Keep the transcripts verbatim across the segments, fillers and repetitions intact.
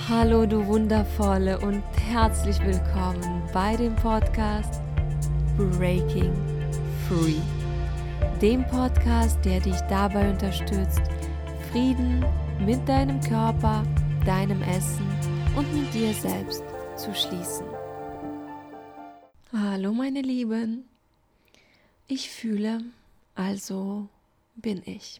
Hallo du Wundervolle und herzlich willkommen bei dem Podcast Breaking Free. Dem Podcast, der dich dabei unterstützt, Frieden mit deinem Körper, deinem Essen und mit dir selbst zu schließen. Hallo meine Lieben, ich fühle, also bin ich.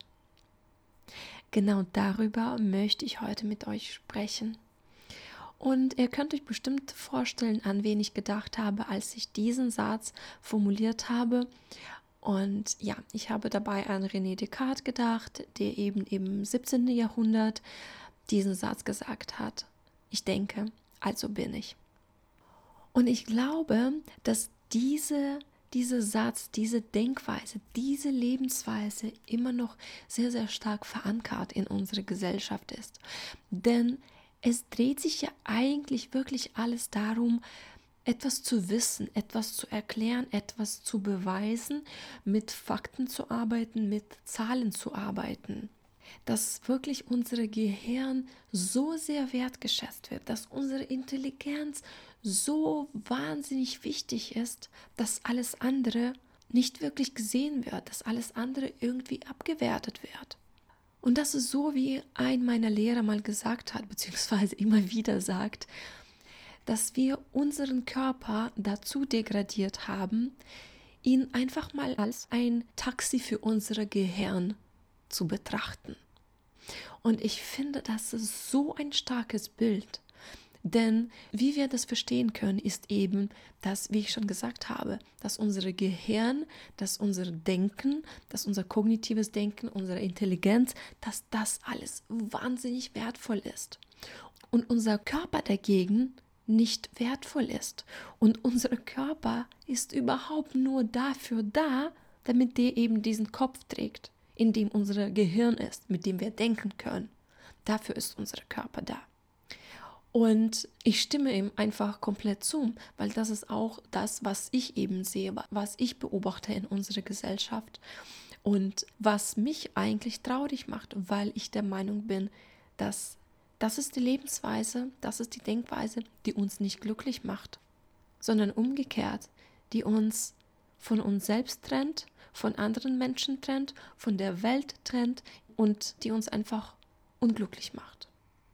Genau darüber möchte ich heute mit euch sprechen. Und ihr könnt euch bestimmt vorstellen, an wen ich gedacht habe, als ich diesen Satz formuliert habe. Und ja, ich habe dabei an René Descartes gedacht, der eben im siebzehnten Jahrhundert diesen Satz gesagt hat. Ich denke, also bin ich. Und ich glaube, dass diese, dieser Satz, diese Denkweise, diese Lebensweise immer noch sehr, sehr stark verankert in unserer Gesellschaft ist. Denn es dreht sich ja eigentlich wirklich alles darum, etwas zu wissen, etwas zu erklären, etwas zu beweisen, mit Fakten zu arbeiten, mit Zahlen zu arbeiten. Dass wirklich unser Gehirn so sehr wertgeschätzt wird, dass unsere Intelligenz so wahnsinnig wichtig ist, dass alles andere nicht wirklich gesehen wird, dass alles andere irgendwie abgewertet wird. Und das ist so, wie ein meiner Lehrer mal gesagt hat, beziehungsweise immer wieder sagt, dass wir unseren Körper dazu degradiert haben, ihn einfach mal als ein Taxi für unser Gehirn zu betrachten. Und ich finde, das ist so ein starkes Bild. Denn wie wir das verstehen können, ist eben, dass, wie ich schon gesagt habe, dass unser Gehirn, dass unser Denken, dass unser kognitives Denken, unsere Intelligenz, dass das alles wahnsinnig wertvoll ist. Und unser Körper dagegen nicht wertvoll ist. Und unser Körper ist überhaupt nur dafür da, damit der eben diesen Kopf trägt, in dem unser Gehirn ist, mit dem wir denken können. Dafür ist unser Körper da. Und ich stimme ihm einfach komplett zu, weil das ist auch das, was ich eben sehe, was ich beobachte in unserer Gesellschaft und was mich eigentlich traurig macht, weil ich der Meinung bin, dass das ist die Lebensweise, das ist die Denkweise, die uns nicht glücklich macht, sondern umgekehrt, die uns von uns selbst trennt, von anderen Menschen trennt, von der Welt trennt und die uns einfach unglücklich macht.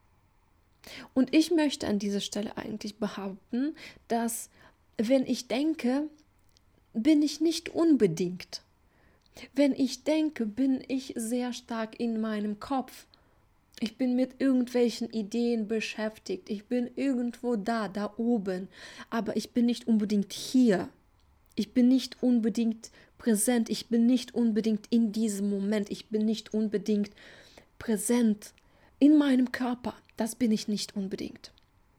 Und ich möchte an dieser Stelle eigentlich behaupten, dass wenn ich denke, bin ich nicht unbedingt. Wenn ich denke, bin ich sehr stark in meinem Kopf. Ich bin mit irgendwelchen Ideen beschäftigt. Ich bin irgendwo da, da oben. Aber ich bin nicht unbedingt hier. Ich bin nicht unbedingt präsent. Ich bin nicht unbedingt in diesem Moment. Ich bin nicht unbedingt präsent in meinem Körper. Das bin ich nicht unbedingt.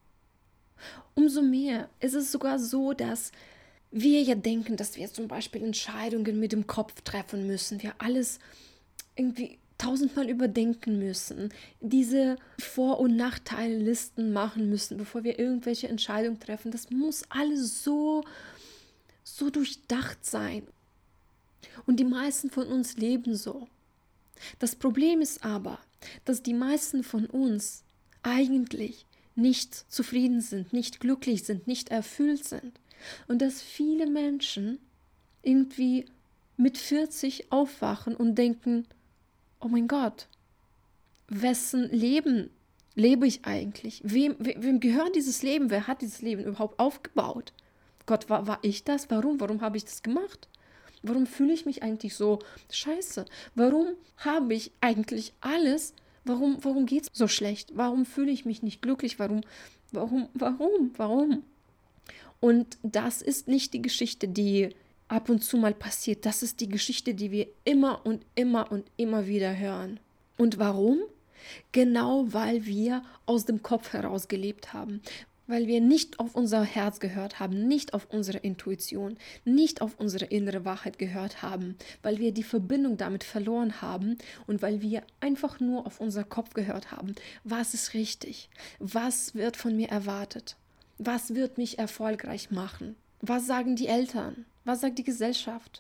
Umso mehr ist es sogar so, dass wir ja denken, dass wir zum Beispiel Entscheidungen mit dem Kopf treffen müssen. Wir alles irgendwie tausendmal überdenken müssen, diese Vor- und Nachteile-Listen machen müssen, bevor wir irgendwelche Entscheidungen treffen. Das muss alles so, so durchdacht sein. Und die meisten von uns leben so. Das Problem ist aber, dass die meisten von uns eigentlich nicht zufrieden sind, nicht glücklich sind, nicht erfüllt sind. Und dass viele Menschen irgendwie mit vierzig aufwachen und denken, oh mein Gott, wessen Leben lebe ich eigentlich? Wem, wem, wem gehört dieses Leben? Wer hat dieses Leben überhaupt aufgebaut? Gott, war, war ich das? Warum? Warum habe ich das gemacht? Warum fühle ich mich eigentlich so scheiße? Warum habe ich eigentlich alles? Warum, warum geht es so schlecht? Warum fühle ich mich nicht glücklich? Warum, warum, warum, warum? Und das ist nicht die Geschichte, die ab und zu mal passiert. Das ist die Geschichte, die wir immer und immer und immer wieder hören. Und warum? Genau weil wir aus dem Kopf heraus gelebt haben. Weil wir nicht auf unser Herz gehört haben, nicht auf unsere Intuition, nicht auf unsere innere Wahrheit gehört haben, weil wir die Verbindung damit verloren haben und weil wir einfach nur auf unser Kopf gehört haben. Was ist richtig? Was wird von mir erwartet? Was wird mich erfolgreich machen? Was sagen die Eltern? Was sagt die Gesellschaft?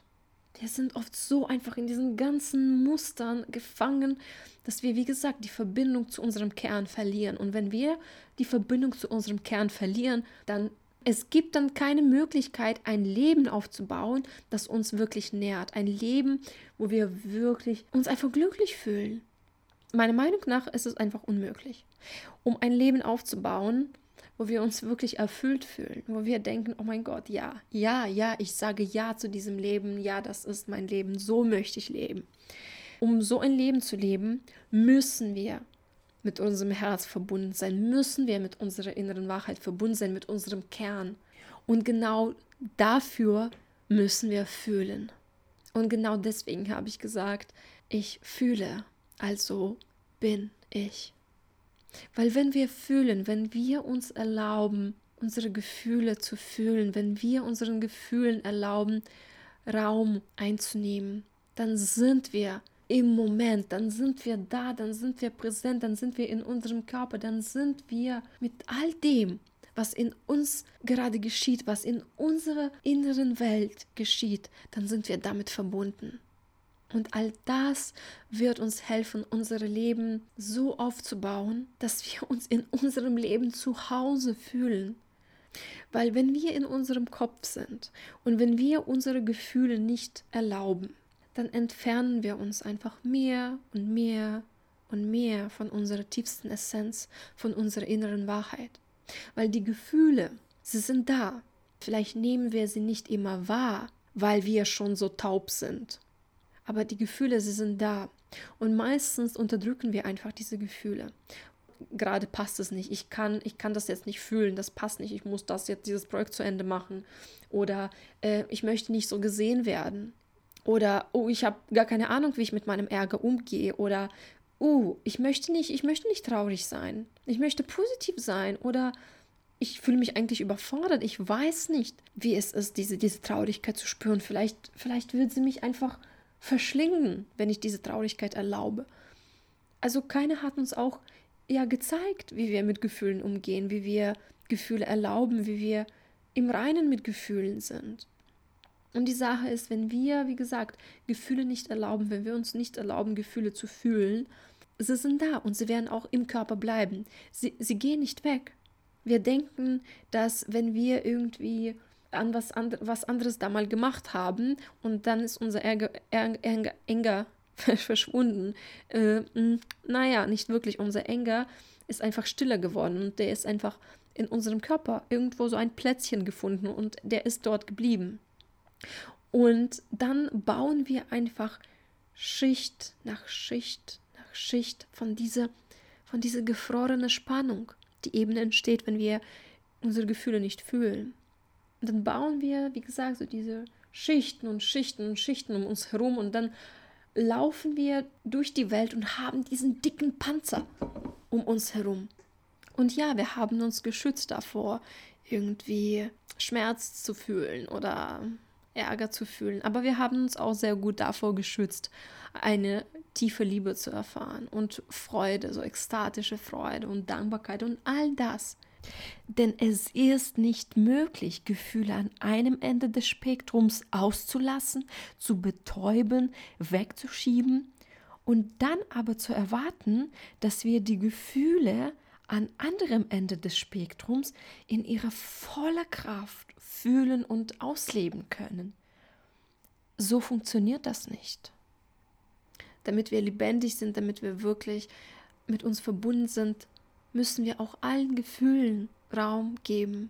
Wir sind oft so einfach in diesen ganzen Mustern gefangen, dass wir, wie gesagt, die Verbindung zu unserem Kern verlieren. Und wenn wir die Verbindung zu unserem Kern verlieren, dann es gibt dann keine Möglichkeit, ein Leben aufzubauen, das uns wirklich nährt. Ein Leben, wo wir wirklich uns einfach glücklich fühlen. Meiner Meinung nach ist es einfach unmöglich. Um ein Leben aufzubauen, wo wir uns wirklich erfüllt fühlen, wo wir denken, oh mein Gott, ja, ja, ja, ich sage ja zu diesem Leben, ja, das ist mein Leben, so möchte ich leben. Um so ein Leben zu leben, müssen wir mit unserem Herz verbunden sein, müssen wir mit unserer inneren Wahrheit verbunden sein, mit unserem Kern. Und genau dafür müssen wir fühlen. Und genau deswegen habe ich gesagt, ich fühle, also bin ich. Weil wenn wir fühlen, wenn wir uns erlauben, unsere Gefühle zu fühlen, wenn wir unseren Gefühlen erlauben, Raum einzunehmen, dann sind wir im Moment, dann sind wir da, dann sind wir präsent, dann sind wir in unserem Körper, dann sind wir mit all dem, was in uns gerade geschieht, was in unserer inneren Welt geschieht, dann sind wir damit verbunden. Und all das wird uns helfen, unser Leben so aufzubauen, dass wir uns in unserem Leben zu Hause fühlen. Weil wenn wir in unserem Kopf sind und wenn wir unsere Gefühle nicht erlauben, dann entfernen wir uns einfach mehr und mehr und mehr von unserer tiefsten Essenz, von unserer inneren Wahrheit. Weil die Gefühle, sie sind da. Vielleicht nehmen wir sie nicht immer wahr, weil wir schon so taub sind. Aber die Gefühle, sie sind da. Und meistens unterdrücken wir einfach diese Gefühle. Gerade passt es nicht. Ich kann, ich kann das jetzt nicht fühlen. Das passt nicht. Ich muss das jetzt, dieses Projekt zu Ende machen. Oder äh, ich möchte nicht so gesehen werden. Oder, oh, ich habe gar keine Ahnung, wie ich mit meinem Ärger umgehe. Oder, oh, ich möchte nicht, ich möchte nicht traurig sein. Ich möchte positiv sein. Oder ich fühle mich eigentlich überfordert. Ich weiß nicht, wie es ist, diese, diese Traurigkeit zu spüren. Vielleicht, vielleicht wird sie mich einfach verschlingen, wenn ich diese Traurigkeit erlaube. Also keiner hat uns auch ja gezeigt, wie wir mit Gefühlen umgehen, wie wir Gefühle erlauben, wie wir im Reinen mit Gefühlen sind. Und die Sache ist, wenn wir, wie gesagt, Gefühle nicht erlauben, wenn wir uns nicht erlauben, Gefühle zu fühlen, sie sind da und sie werden auch im Körper bleiben. Sie, sie gehen nicht weg. Wir denken, dass wenn wir irgendwie an was, and, was anderes da mal gemacht haben und dann ist unser Ärger, Ärger, Ärger verschwunden. Äh, naja, nicht wirklich. Unser Ärger ist einfach stiller geworden und der ist einfach in unserem Körper irgendwo so ein Plätzchen gefunden und der ist dort geblieben. Und dann bauen wir einfach Schicht nach Schicht nach Schicht von dieser, von dieser gefrorenen Spannung, die eben entsteht, wenn wir unsere Gefühle nicht fühlen. Und dann bauen wir, wie gesagt, so diese Schichten und Schichten und Schichten um uns herum und dann laufen wir durch die Welt und haben diesen dicken Panzer um uns herum. Und ja, wir haben uns geschützt davor, irgendwie Schmerz zu fühlen oder Ärger zu fühlen. Aber wir haben uns auch sehr gut davor geschützt, eine tiefe Liebe zu erfahren und Freude, so ekstatische Freude und Dankbarkeit und all das. Denn es ist nicht möglich, Gefühle an einem Ende des Spektrums auszulassen, zu betäuben, wegzuschieben und dann aber zu erwarten, dass wir die Gefühle an anderem Ende des Spektrums in ihrer voller Kraft fühlen und ausleben können. So funktioniert das nicht. Damit wir lebendig sind, damit wir wirklich mit uns verbunden sind, müssen wir auch allen Gefühlen Raum geben.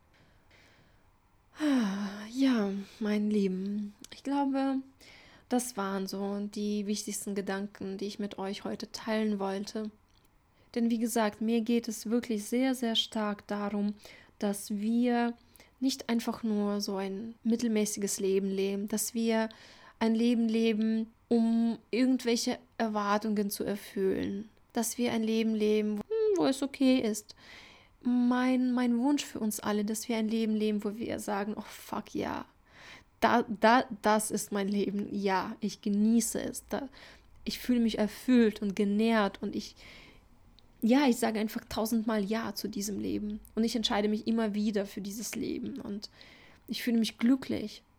Ja, mein Lieben, ich glaube, das waren so die wichtigsten Gedanken, die ich mit euch heute teilen wollte. Denn wie gesagt, mir geht es wirklich sehr, sehr stark darum, dass wir nicht einfach nur so ein mittelmäßiges Leben leben, dass wir ein Leben leben, um irgendwelche Erwartungen zu erfüllen, dass wir ein Leben leben, wo es okay ist. Mein, mein Wunsch für uns alle, dass wir ein Leben leben, wo wir sagen, oh fuck ja, da, da, das ist mein Leben, ja, ich genieße es, da, ich fühle mich erfüllt und genährt und ich, ja, ich sage einfach tausendmal Ja zu diesem Leben und ich entscheide mich immer wieder für dieses Leben und ich fühle mich glücklich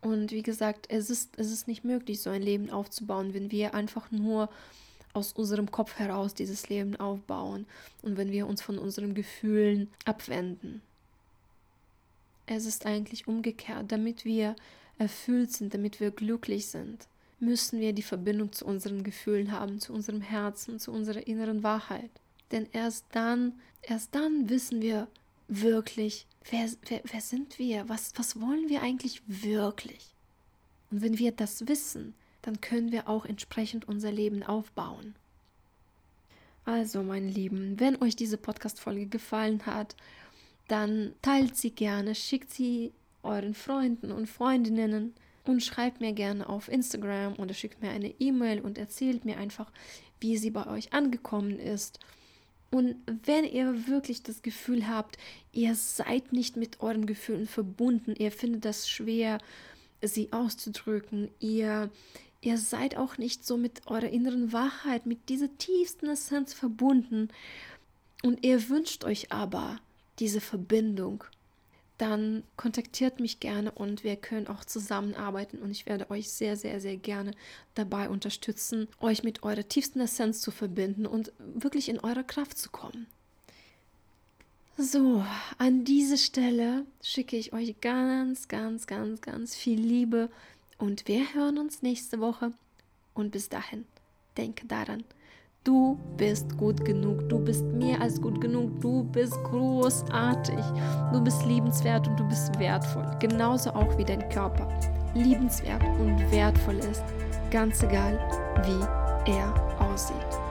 Und wie gesagt, es ist, es ist nicht möglich, so ein Leben aufzubauen, wenn wir einfach nur aus unserem Kopf heraus dieses Leben aufbauen und wenn wir uns von unseren Gefühlen abwenden. Es ist eigentlich umgekehrt. Damit wir erfüllt sind, damit wir glücklich sind, müssen wir die Verbindung zu unseren Gefühlen haben, zu unserem Herzen, zu unserer inneren Wahrheit. Denn erst dann, erst dann wissen wir wirklich, wer, wer, wer sind wir? Was, was wollen wir eigentlich wirklich? Und wenn wir das wissen, dann können wir auch entsprechend unser Leben aufbauen. Also, meine Lieben, wenn euch diese Podcast-Folge gefallen hat, dann teilt sie gerne, schickt sie euren Freunden und Freundinnen und schreibt mir gerne auf Instagram oder schickt mir eine E-Mail und erzählt mir einfach, wie sie bei euch angekommen ist. Und wenn ihr wirklich das Gefühl habt, ihr seid nicht mit euren Gefühlen verbunden, ihr findet das schwer, sie auszudrücken, ihr, ihr seid auch nicht so mit eurer inneren Wahrheit, mit dieser tiefsten Essenz verbunden und ihr wünscht euch aber diese Verbindung, dann kontaktiert mich gerne und wir können auch zusammenarbeiten und ich werde euch sehr, sehr, sehr gerne dabei unterstützen, euch mit eurer tiefsten Essenz zu verbinden und wirklich in eure Kraft zu kommen. So, an diese Stelle schicke ich euch ganz, ganz, ganz, ganz viel Liebe und wir hören uns nächste Woche und bis dahin, denke daran, du bist gut genug, du bist mehr als gut genug, du bist großartig, du bist liebenswert und du bist wertvoll, genauso auch wie dein Körper liebenswert und wertvoll ist, ganz egal wie er aussieht.